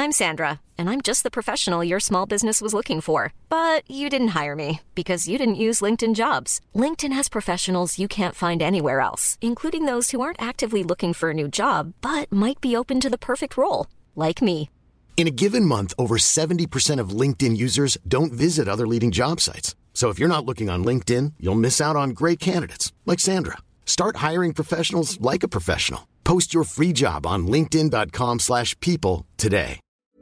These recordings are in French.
I'm Sandra, and I'm just the professional your small business was looking for. But you didn't hire me because you didn't use LinkedIn Jobs. LinkedIn has professionals you can't find anywhere else, including those who aren't actively looking for a new job, but might be open to the perfect role, like me. In a given month, over 70% of LinkedIn users don't visit other leading job sites. So if you're not looking on LinkedIn, you'll miss out on great candidates like Sandra. Start hiring professionals like a professional. Post your free job on linkedin.com/people today.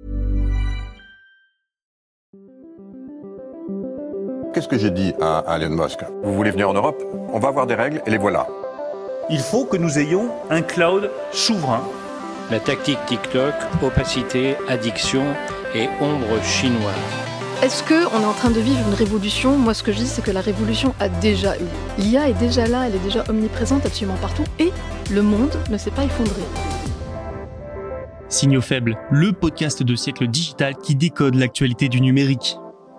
Qu'est-ce que j'ai dit à Elon Musk ? Vous voulez venir en Europe ? On va avoir des règles et les voilà. Il faut que nous ayons un cloud souverain. La tactique TikTok, opacité, addiction et ombre chinoise. Est-ce qu'on est en train de vivre une révolution ? Moi, ce que je dis, c'est que la révolution a déjà eu. L'IA est déjà là, elle est déjà omniprésente absolument partout, et le monde ne s'est pas effondré. Signaux faibles, le podcast de Siècle Digital qui décode l'actualité du numérique.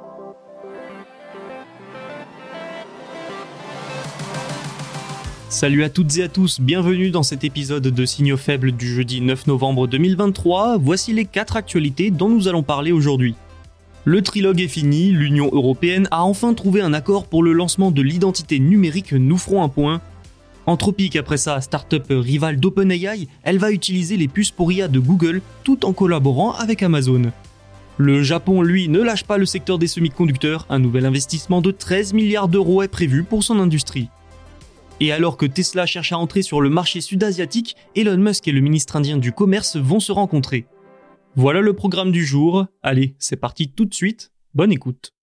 Salut à toutes et à tous, bienvenue dans cet épisode de Signaux faibles du jeudi 9 novembre 2023. Voici les 4 actualités dont nous allons parler aujourd'hui. Le trilogue est fini, l'Union européenne a enfin trouvé un accord pour le lancement de l'identité numérique Nous ferons un point. Anthropic, après sa start-up rivale d'OpenAI, elle va utiliser les puces pour IA de Google tout en collaborant avec Amazon. Le Japon, lui, ne lâche pas le secteur des semi-conducteurs, un nouvel investissement de 13 milliards d'euros est prévu pour son industrie. Et alors que Tesla cherche à entrer sur le marché sud-asiatique, Elon Musk et le ministre indien du commerce vont se rencontrer. Voilà le programme du jour. Allez, c'est parti tout de suite. Bonne écoute.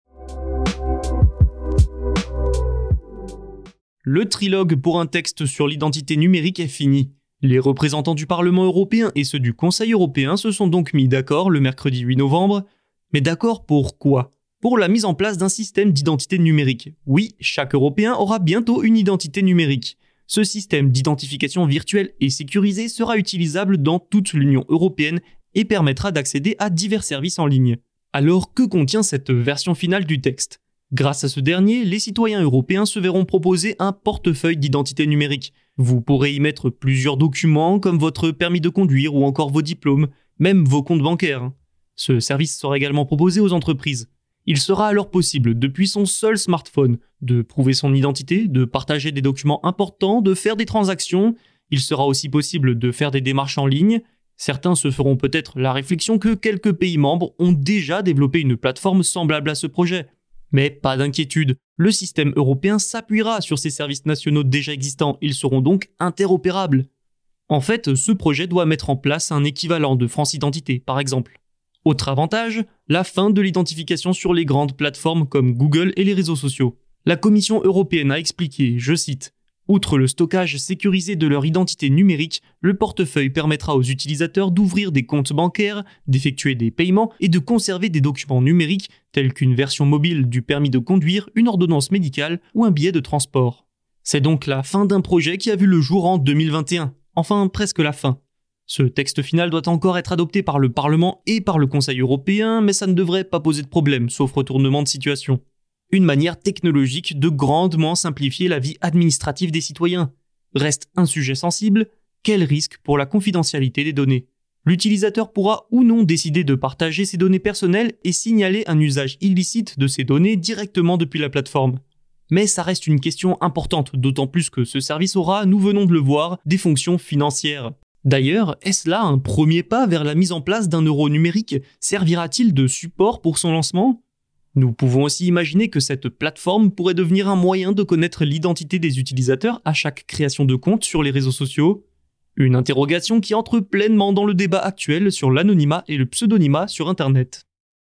Le trilogue pour un texte sur l'identité numérique est fini. Les représentants du Parlement européen et ceux du Conseil européen se sont donc mis d'accord le mercredi 8 novembre. Mais d'accord pour quoi ? Pour la mise en place d'un système d'identité numérique. Oui, chaque Européen aura bientôt une identité numérique. Ce système d'identification virtuelle et sécurisé sera utilisable dans toute l'Union européenne et permettra d'accéder à divers services en ligne. Alors, que contient cette version finale du texte ? Grâce à ce dernier, les citoyens européens se verront proposer un portefeuille d'identité numérique. Vous pourrez y mettre plusieurs documents comme votre permis de conduire ou encore vos diplômes, même vos comptes bancaires. Ce service sera également proposé aux entreprises. Il sera alors possible, depuis son seul smartphone, de prouver son identité, de partager des documents importants, de faire des transactions. Il sera aussi possible de faire des démarches en ligne. Certains se feront peut-être la réflexion que quelques pays membres ont déjà développé une plateforme semblable à ce projet. Mais pas d'inquiétude, le système européen s'appuiera sur ces services nationaux déjà existants, ils seront donc interopérables. En fait, ce projet doit mettre en place un équivalent de France Identité, par exemple. Autre avantage, la fin de l'identification sur les grandes plateformes comme Google et les réseaux sociaux. La Commission européenne a expliqué, je cite, « Outre le stockage sécurisé de leur identité numérique, le portefeuille permettra aux utilisateurs d'ouvrir des comptes bancaires, d'effectuer des paiements et de conserver des documents numériques tels qu'une version mobile du permis de conduire, une ordonnance médicale ou un billet de transport. » C'est donc la fin d'un projet qui a vu le jour en 2021. Enfin, presque la fin. Ce texte final doit encore être adopté par le Parlement et par le Conseil européen, mais ça ne devrait pas poser de problème, sauf retournement de situation. Une manière technologique de grandement simplifier la vie administrative des citoyens. Reste un sujet sensible, quel risque pour la confidentialité des données ? L'utilisateur pourra ou non décider de partager ses données personnelles et signaler un usage illicite de ces données directement depuis la plateforme. Mais ça reste une question importante, d'autant plus que ce service aura, nous venons de le voir, des fonctions financières. D'ailleurs, est-ce là un premier pas vers la mise en place d'un euro numérique ? Servira-t-il de support pour son lancement ? Nous pouvons aussi imaginer que cette plateforme pourrait devenir un moyen de connaître l'identité des utilisateurs à chaque création de compte sur les réseaux sociaux. Une interrogation qui entre pleinement dans le débat actuel sur l'anonymat et le pseudonymat sur Internet.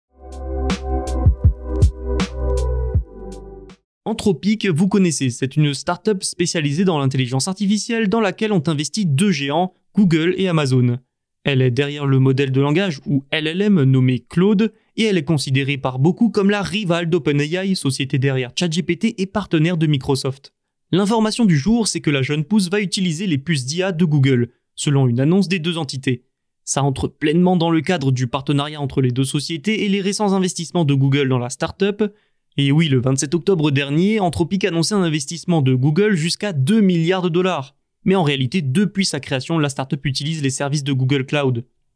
Anthropic, vous connaissez, c'est une start-up spécialisée dans l'intelligence artificielle dans laquelle ont investi 2 géants, Google et Amazon. Elle est derrière le modèle de langage ou LLM nommé Claude et elle est considérée par beaucoup comme la rivale d'OpenAI, société derrière ChatGPT et partenaire de Microsoft. L'information du jour, c'est que la jeune pousse va utiliser les puces d'IA de Google, selon une annonce des 2 entités. Ça entre pleinement dans le cadre du partenariat entre les 2 sociétés et les récents investissements de Google dans la start-up. Et oui, le 27 octobre dernier, Anthropic annonçait un investissement de Google jusqu'à 2 milliards de dollars. Mais en réalité, depuis sa création, la startup utilise les services de Google Cloud.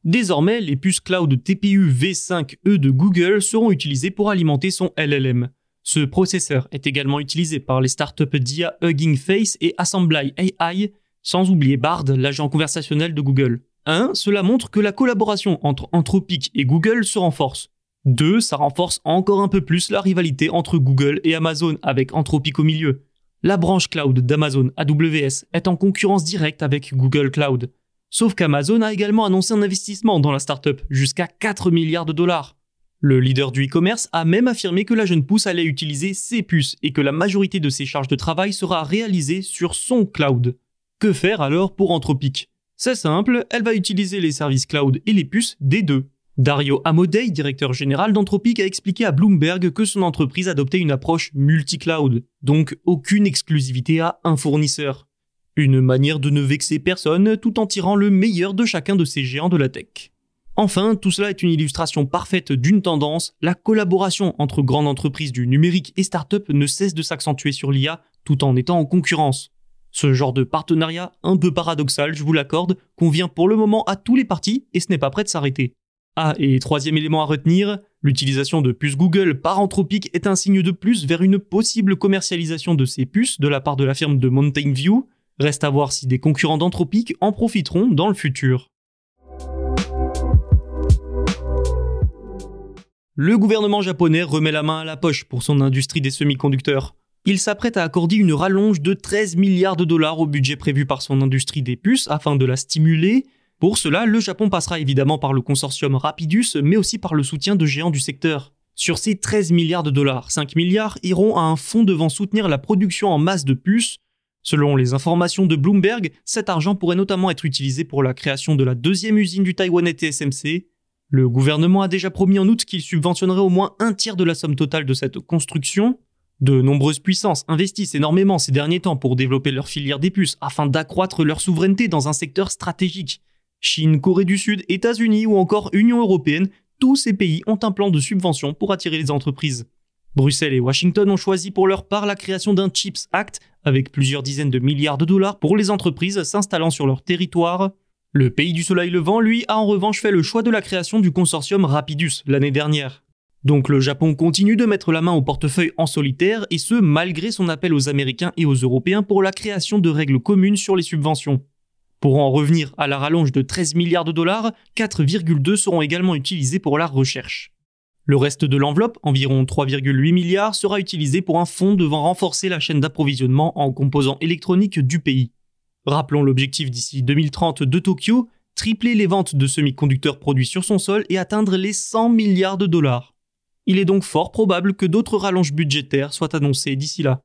Désormais, les puces cloud TPU V5e de Google seront utilisées pour alimenter son LLM. Ce processeur est également utilisé par les startups d'IA Hugging Face et Assembly AI, sans oublier Bard, l'agent conversationnel de Google. 1. Cela montre que la collaboration entre Anthropic et Google se renforce. 2. Ça renforce encore un peu plus la rivalité entre Google et Amazon avec Anthropic au milieu. La branche cloud d'Amazon, AWS, est en concurrence directe avec Google Cloud. Sauf qu'Amazon a également annoncé un investissement dans la startup, jusqu'à 4 milliards de dollars. Le leader du e-commerce a même affirmé que la jeune pousse allait utiliser ses puces et que la majorité de ses charges de travail sera réalisée sur son cloud. Que faire alors pour Anthropic ? C'est simple, elle va utiliser les services cloud et les puces des deux. Dario Amodei, directeur général d'Anthropic, a expliqué à Bloomberg que son entreprise adoptait une approche multi-cloud, donc aucune exclusivité à un fournisseur. Une manière de ne vexer personne tout en tirant le meilleur de chacun de ces géants de la tech. Enfin, tout cela est une illustration parfaite d'une tendance, la collaboration entre grandes entreprises du numérique et start-up ne cesse de s'accentuer sur l'IA tout en étant en concurrence. Ce genre de partenariat, un peu paradoxal, je vous l'accorde, convient pour le moment à tous les partis et ce n'est pas prêt de s'arrêter. Ah, et troisième élément à retenir, l'utilisation de puces Google par Anthropic est un signe de plus vers une possible commercialisation de ces puces de la part de la firme de Mountain View. Reste à voir si des concurrents d'Anthropic en profiteront dans le futur. Le gouvernement japonais remet la main à la poche pour son industrie des semi-conducteurs. Il s'apprête à accorder une rallonge de 13 milliards de dollars au budget prévu par son industrie des puces afin de la stimuler. Pour cela, le Japon passera évidemment par le consortium Rapidus, mais aussi par le soutien de géants du secteur. Sur ces 13 milliards de dollars, 5 milliards iront à un fonds devant soutenir la production en masse de puces. Selon les informations de Bloomberg, cet argent pourrait notamment être utilisé pour la création de la deuxième usine du Taïwanais TSMC. Le gouvernement a déjà promis en août qu'il subventionnerait au moins un tiers de la somme totale de cette construction. De nombreuses puissances investissent énormément ces derniers temps pour développer leur filière des puces afin d'accroître leur souveraineté dans un secteur stratégique. Chine, Corée du Sud, États-Unis ou encore Union européenne, tous ces pays ont un plan de subvention pour attirer les entreprises. Bruxelles et Washington ont choisi pour leur part la création d'un Chips Act avec plusieurs dizaines de milliards de dollars pour les entreprises s'installant sur leur territoire. Le pays du soleil levant, lui, a en revanche fait le choix de la création du consortium Rapidus l'année dernière. Donc le Japon continue de mettre la main au portefeuille en solitaire et ce malgré son appel aux Américains et aux Européens pour la création de règles communes sur les subventions. Pour en revenir à la rallonge de 13 milliards de dollars, 4,2 seront également utilisés pour la recherche. Le reste de l'enveloppe, environ 3,8 milliards, sera utilisé pour un fonds devant renforcer la chaîne d'approvisionnement en composants électroniques du pays. Rappelons l'objectif d'ici 2030 de Tokyo, tripler les ventes de semi-conducteurs produits sur son sol et atteindre les 100 milliards de dollars. Il est donc fort probable que d'autres rallonges budgétaires soient annoncées d'ici là.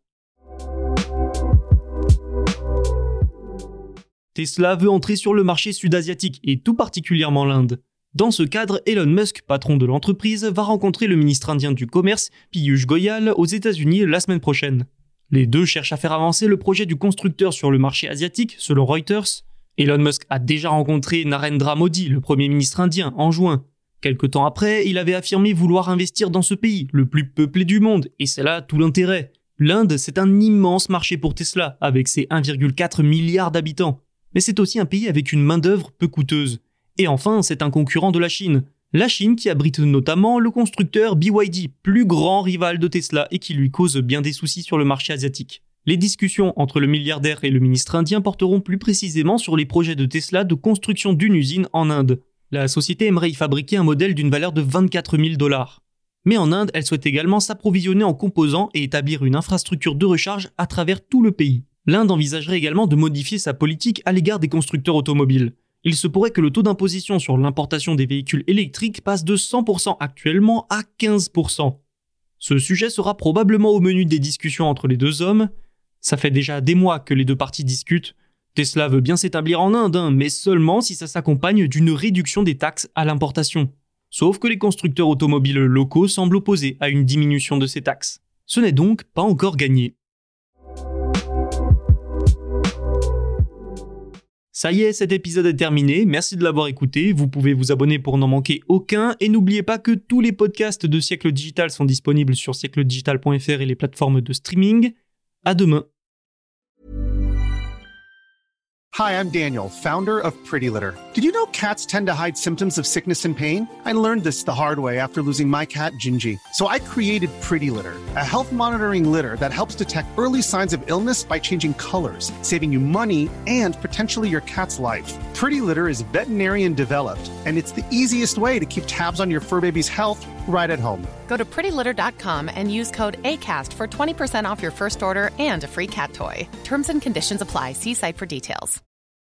Tesla veut entrer sur le marché sud-asiatique et tout particulièrement l'Inde. Dans ce cadre, Elon Musk, patron de l'entreprise, va rencontrer le ministre indien du Commerce, Piyush Goyal, aux États-Unis la semaine prochaine. Les deux cherchent à faire avancer le projet du constructeur sur le marché asiatique, selon Reuters. Elon Musk a déjà rencontré Narendra Modi, le premier ministre indien, en juin. Quelque temps après, il avait affirmé vouloir investir dans ce pays, le plus peuplé du monde, et c'est là tout l'intérêt. L'Inde, c'est un immense marché pour Tesla, avec ses 1,4 milliard d'habitants. Mais c'est aussi un pays avec une main-d'œuvre peu coûteuse. Et enfin, c'est un concurrent de la Chine. La Chine qui abrite notamment le constructeur BYD, plus grand rival de Tesla et qui lui cause bien des soucis sur le marché asiatique. Les discussions entre le milliardaire et le ministre indien porteront plus précisément sur les projets de Tesla de construction d'une usine en Inde. La société aimerait y fabriquer un modèle d'une valeur de 24 000 $. Mais en Inde, elle souhaite également s'approvisionner en composants et établir une infrastructure de recharge à travers tout le pays. L'Inde envisagerait également de modifier sa politique à l'égard des constructeurs automobiles. Il se pourrait que le taux d'imposition sur l'importation des véhicules électriques passe de 100% actuellement à 15%. Ce sujet sera probablement au menu des discussions entre les deux hommes. Ça fait déjà des mois que les deux parties discutent. Tesla veut bien s'établir en Inde, mais seulement si ça s'accompagne d'une réduction des taxes à l'importation. Sauf que les constructeurs automobiles locaux semblent opposés à une diminution de ces taxes. Ce n'est donc pas encore gagné. Ça y est, cet épisode est terminé, merci de l'avoir écouté, vous pouvez vous abonner pour n'en manquer aucun, et n'oubliez pas que tous les podcasts de Siècle Digital sont disponibles sur siècledigital.fr et les plateformes de streaming. À demain. Hi, I'm Daniel, founder of Pretty Litter. Did you know cats tend to hide symptoms of sickness and pain? I learned this the hard way after losing my cat, Gingy. So I created Pretty Litter, a health monitoring litter that helps detect early signs of illness by changing colors, saving you money and potentially your cat's life. Pretty Litter is veterinarian developed, and it's the easiest way to keep tabs on your fur baby's health right at home. Go to prettylitter.com and use code ACAST for 20% off your first order and a free cat toy. Terms and conditions apply. See site for details.